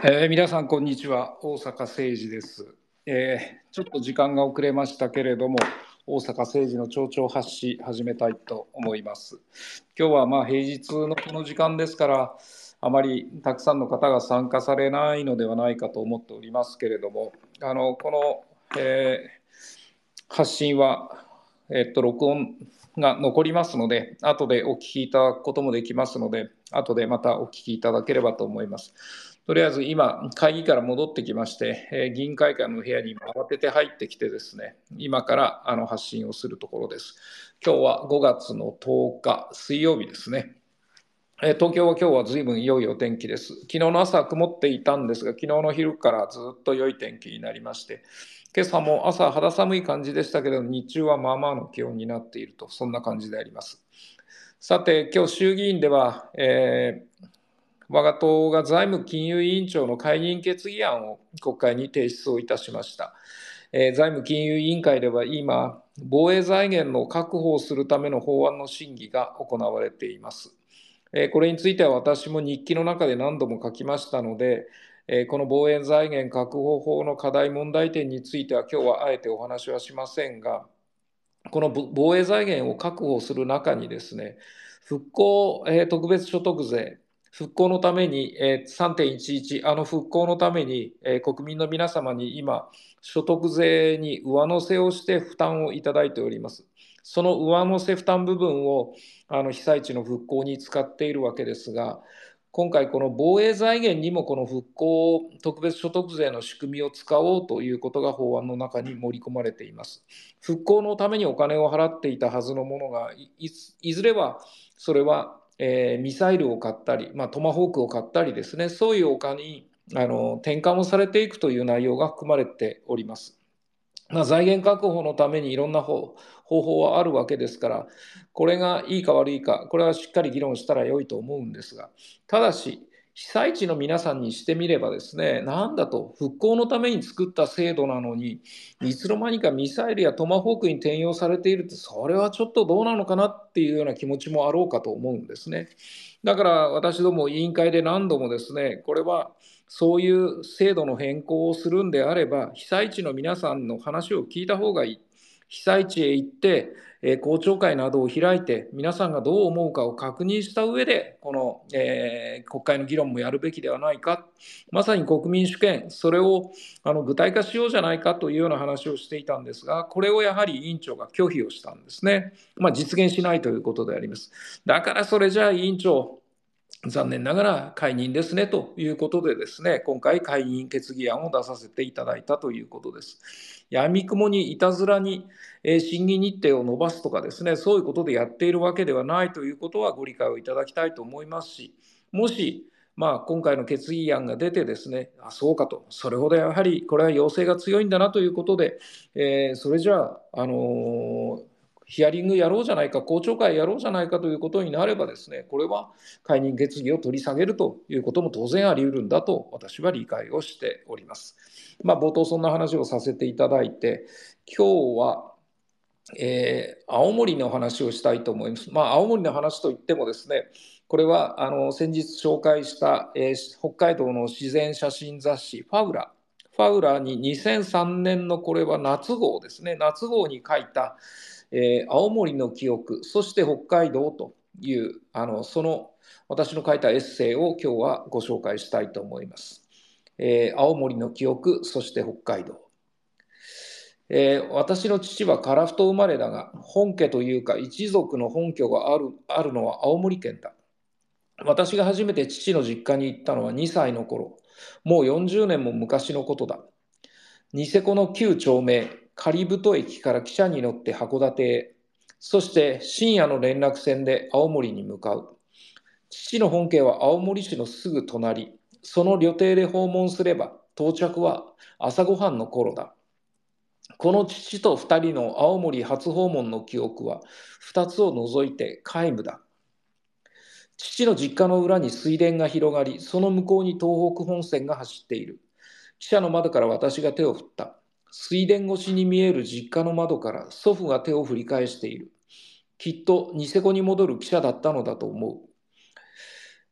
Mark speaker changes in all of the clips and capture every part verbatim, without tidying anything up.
Speaker 1: えー皆さん、こんにちは。大阪誠二です。えーちょっと時間が遅れましたけれども、大阪誠二の町長発信始めたいと思います。今日はまあ平日のこの時間ですから、あまりたくさんの方が参加されないのではないかと思っておりますけれども、あのこの、えー発信は、えっと、録音が残りますので、後でお聞きいただくこともできますので、後でまたお聞きいただければと思います。とりあえず今、会議から戻ってきまして、えー議員会館の部屋に慌てて入ってきてですね、今からあの発信をするところです。今日はごがつのとおか、水曜日ですね。えー東京は今日は随分良いお天気です。昨日の朝は曇っていたんですが、昨日の昼からずっと良い天気になりまして、今朝も朝肌寒い感じでしたけど、日中はまあまあの気温になっていると、そんな感じであります。さて、今日衆議院では、えー我が党が財務金融委員長の解任決議案を国会に提出をいたしました。えー財務金融委員会では今、防衛財源の確保をするための法案の審議が行われています。えーこれについては私も日記の中で何度も書きましたので、えーこの防衛財源確保法の課題問題点については今日はあえてお話はしませんが、この防衛財源を確保する中にですね、復興、えー特別所得税、復興のために、えーさんてんいちいち、あの復興のために、えー国民の皆様に今、所得税に上乗せをして負担をいただいております。その上乗せ負担部分をあの被災地の復興に使っているわけですが、今回、この防衛財源にもこの復興特別所得税の仕組みを使おうということが法案の中に盛り込まれています。復興のためにお金を払っていたはずのものが、いいずれはそれは、えーミサイルを買ったり、まあ、トマホークを買ったりですね、そういうお金にあの転換をされていくという内容が含まれております。まあ、財源確保のためにいろんな方方法はあるわけですから、これがいいか悪いか、これはしっかり議論したら良いと思うんですが、ただし、被災地の皆さんにしてみればですね、なんだと、復興のために作った制度なのに、いつの間にかミサイルやトマホークに転用されているって、それはちょっとどうなのかなっていうような気持ちもあろうかと思うんですね。だから私ども委員会で何度もですね、これはそういう制度の変更をするんであれば、被災地の皆さんの話を聞いた方がいい。被災地へ行って、えー公聴会などを開いて、皆さんがどう思うかを確認した上で、この、えー国会の議論もやるべきではないか。まさに国民主権、それをあの具体化しようじゃないかというような話をしていたんですが、これをやはり委員長が拒否をしたんですね。まあ、実現しないということであります。だからそれじゃあ委員長、残念ながら解任ですねということでですね、今回解任決議案を出させていただいたということです。闇雲にいたずらにえー審議日程を延ばすとかですね、そういうことでやっているわけではないということはご理解をいただきたいと思いますし、もし、まあ、今回の決議案が出てですね、あ、そうかと、それほどやはりこれは要請が強いんだなということで、えーそれじゃあ、あのーヒアリングやろうじゃないか、公聴会やろうじゃないかということになればですね、これは解任決議を取り下げるということも当然あり得るんだと私は理解をしております。まあ、冒頭そんな話をさせていただいて、今日は、えー青森の話をしたいと思います。まあ、青森の話といってもですね、これはあの先日紹介した、えー北海道の自然写真雑誌ファウラファウラににせんさんねんのこれは夏号ですね、夏号に書いた、えー青森の記憶、そして北海道という、あのその私の書いたエッセイを今日はご紹介したいと思います。えー青森の記憶、そして北海道。えー私の父は樺太生まれだが、本家というか一族の本拠がある、あるのは青森県だ。私が初めて父の実家に行ったのはにさいの頃。もうよんじゅうねんも昔のことだ。ニセコの旧町名、仮太駅から汽車に乗って函館へ、そして深夜の連絡船で青森に向かう。父の本家は青森市のすぐ隣。その旅程で訪問すれば、到着は朝ごはんの頃だ。この父と二人の青森初訪問の記憶は、二つを除いて皆無だ。父の実家の裏に水田が広がり、その向こうに東北本線が走っている。汽車の窓から私が手を振った。水田越しに見える実家の窓から祖父が手を振り返している。きっとニセコに戻る汽車だったのだと思う。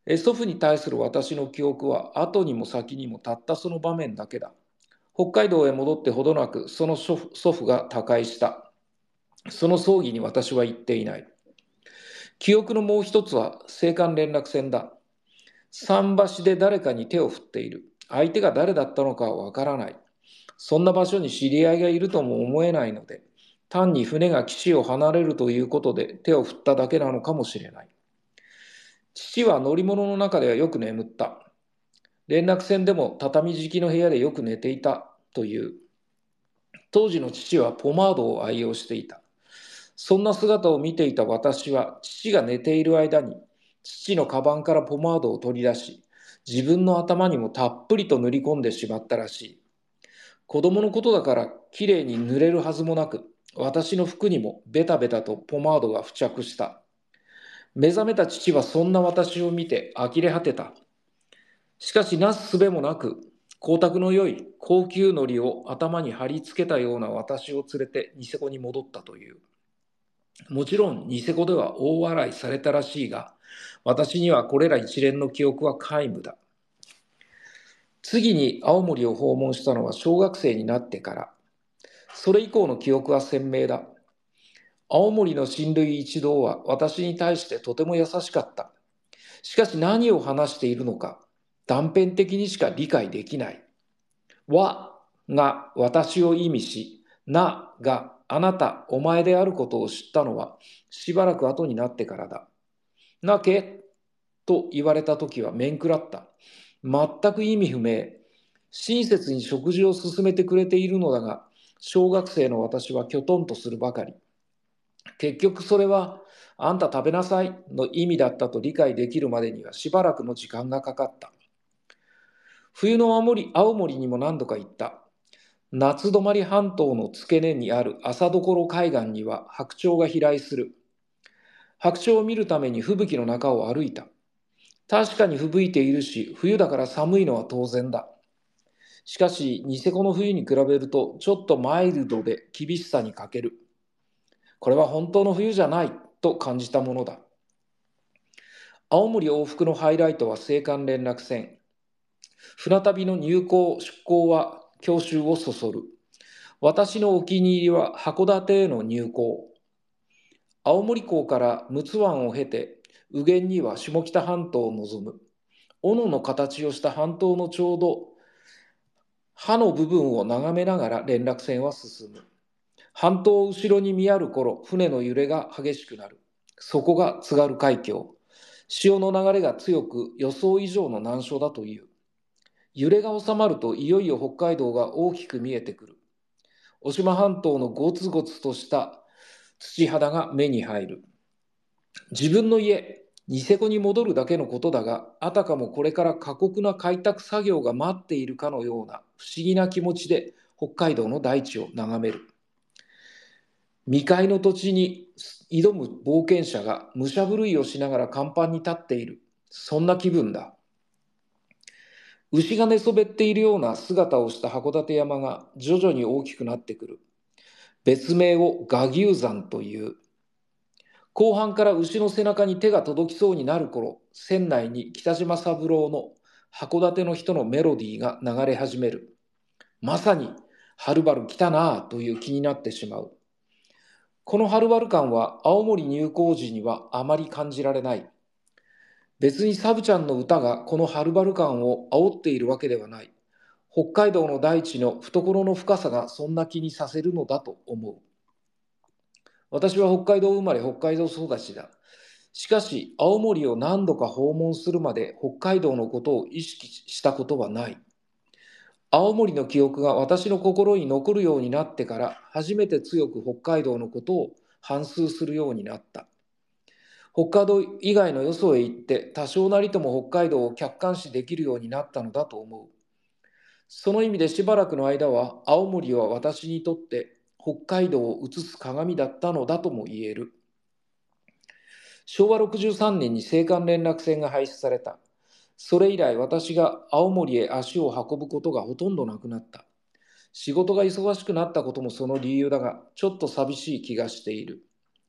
Speaker 1: え祖父に対する私の記憶は後にも先にもたったその場面だけだ。北海道へ戻ってほどなくその祖父祖父が他界した。その葬儀に私は行っていない。記憶のもう一つは青函連絡船だ。桟橋で誰かに手を振っている。相手が誰だったのかはわからない。そんな場所に知り合いがいるとも思えないので、単に船が岸を離れるということで手を振っただけなのかもしれない。父は乗り物の中ではよく眠った。連絡船でも畳敷きの部屋でよく寝ていたという。当時の父はポマードを愛用していた。そんな姿を見ていた私は、父が寝ている間に、父のカバンからポマードを取り出し、自分の頭にもたっぷりと塗り込んでしまったらしい。子供のことだからきれいに塗れるはずもなく、私の服にもベタベタとポマードが付着した。目覚めた父はそんな私を見て呆れ果てた。しかしなすすべもなく、光沢の良い高級糊を頭に貼り付けたような私を連れてニセコに戻ったという。もちろんニセコでは大笑いされたらしいが、私にはこれら一連の記憶は皆無だ。次に青森を訪問したのは小学生になってから。それ以降の記憶は鮮明だ。青森の親類一同は私に対してとても優しかった。しかし何を話しているのか断片的にしか理解できない。わが私を意味し、ながあなた、お前であることを知ったのはしばらく後になってからだ。なけと言われたときは面食らった。全く意味不明。親切に食事を勧めてくれているのだが、小学生の私はきょとんとするばかり。結局それは、あんた食べなさいの意味だったと理解できるまでにはしばらくの時間がかかった。冬の青森、青森にも何度か行った。夏泊半島の付け根にある朝所海岸には白鳥が飛来する。白鳥を見るために吹雪の中を歩いた。確かに吹雪いているし、冬だから寒いのは当然だ。しかし、ニセコの冬に比べるとちょっとマイルドで厳しさに欠ける。これは本当の冬じゃないと感じたものだ。青森往復のハイライトは青函連絡船。船旅の入港出港は郷愁をそそる。私のお気に入りは函館への入港。青森港から陸奥湾を経て、右舷には下北半島を望む。斧の形をした半島のちょうど刃の部分を眺めながら連絡船は進む。半島を後ろに見やる頃、船の揺れが激しくなる。そこが津軽海峡。潮の流れが強く予想以上の難所だという。揺れが収まるといよいよ北海道が大きく見えてくる。渡島半島のゴツゴツとした土肌が目に入る。自分の家、ニセコに戻るだけのことだが、あたかもこれから過酷な開拓作業が待っているかのような不思議な気持ちで北海道の大地を眺める。未開の土地に挑む冒険者が武者震いをしながら甲板に立っている。そんな気分だ。牛が寝そべっているような姿をした函館山が徐々に大きくなってくる。別名を臥牛山という。後半から牛の背中に手が届きそうになる頃、船内に北島三郎の函館の人のメロディーが流れ始める。まさにはるばる来たなぁという気になってしまう。このはるばる感は青森入港時にはあまり感じられない。別にサブちゃんの歌がこのはるばる感を煽っているわけではない。北海道の大地の懐の深さがそんな気にさせるのだと思う。私は北海道生まれ北海道育ちだ。しかし青森を何度か訪問するまで北海道のことを意識したことはない。青森の記憶が私の心に残るようになってから初めて強く北海道のことを反芻するようになった。北海道以外のよそへ行って多少なりとも北海道を客観視できるようになったのだと思う。その意味でしばらくの間は青森は私にとって北海道を映す鏡だったのだとも言える。しょうわろくじゅうさんねんに青函連絡船が廃止された。それ以来私が青森へ足を運ぶことがほとんどなくなった。仕事が忙しくなったこともその理由だが、ちょっと寂しい気がしている。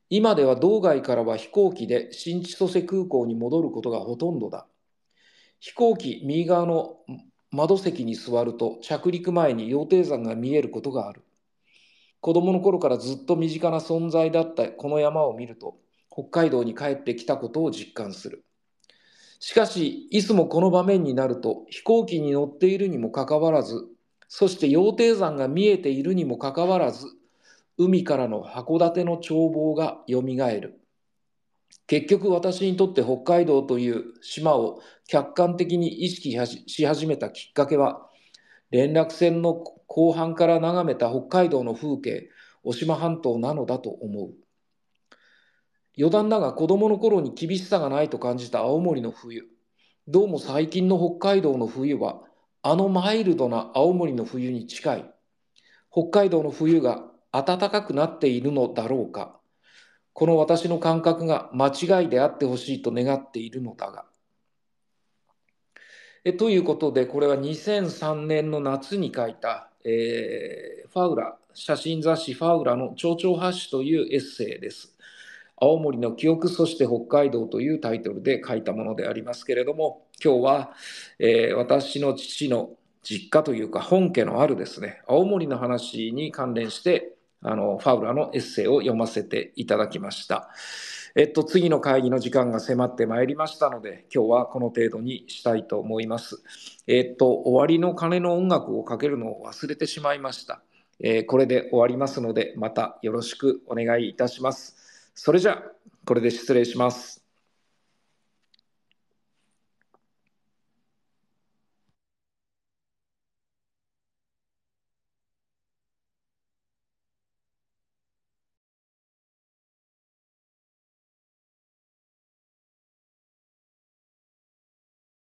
Speaker 1: 今では道外からは飛行機で新千歳空港に戻ることがほとんどだ。飛行機右側の窓席に座ると着陸前に羊蹄山が見えることがある。子供の頃からずっと身近な存在だったこの山を見ると、北海道に帰ってきたことを実感する。しかし、いつもこの場面になると、飛行機に乗っているにもかかわらず、そして羊蹄山が見えているにもかかわらず、海からの函館の眺望がよみがえる。結局私にとって北海道という島を客観的に意識し始めたきっかけは、連絡船の後半から眺めた北海道の風景、渡島半島なのだと思う。余談だが子供の頃に厳しさがないと感じた青森の冬。どうも最近の北海道の冬は、あのマイルドな青森の冬に近い。北海道の冬が暖かくなっているのだろうか。この私の感覚が間違いであってほしいと願っているのだが。えということで、これはにせんさんねんの夏に書いた、えーファウラ、写真雑誌ファウラの蝶々発種というエッセイです。青森の記憶、そして北海道というタイトルで書いたものでありますけれども、今日は、えー私の父の実家というか本家のあるですね、青森の話に関連して、あの、ファウラのエッセイを読ませていただきました。えっと、次の会議の時間が迫ってまいりましたので、今日はこの程度にしたいと思います。えっと、終わりの鐘の音楽をかけるのを忘れてしまいました。えーこれで終わりますので、またよろしくお願いいたします。それじゃあ、これで失礼します。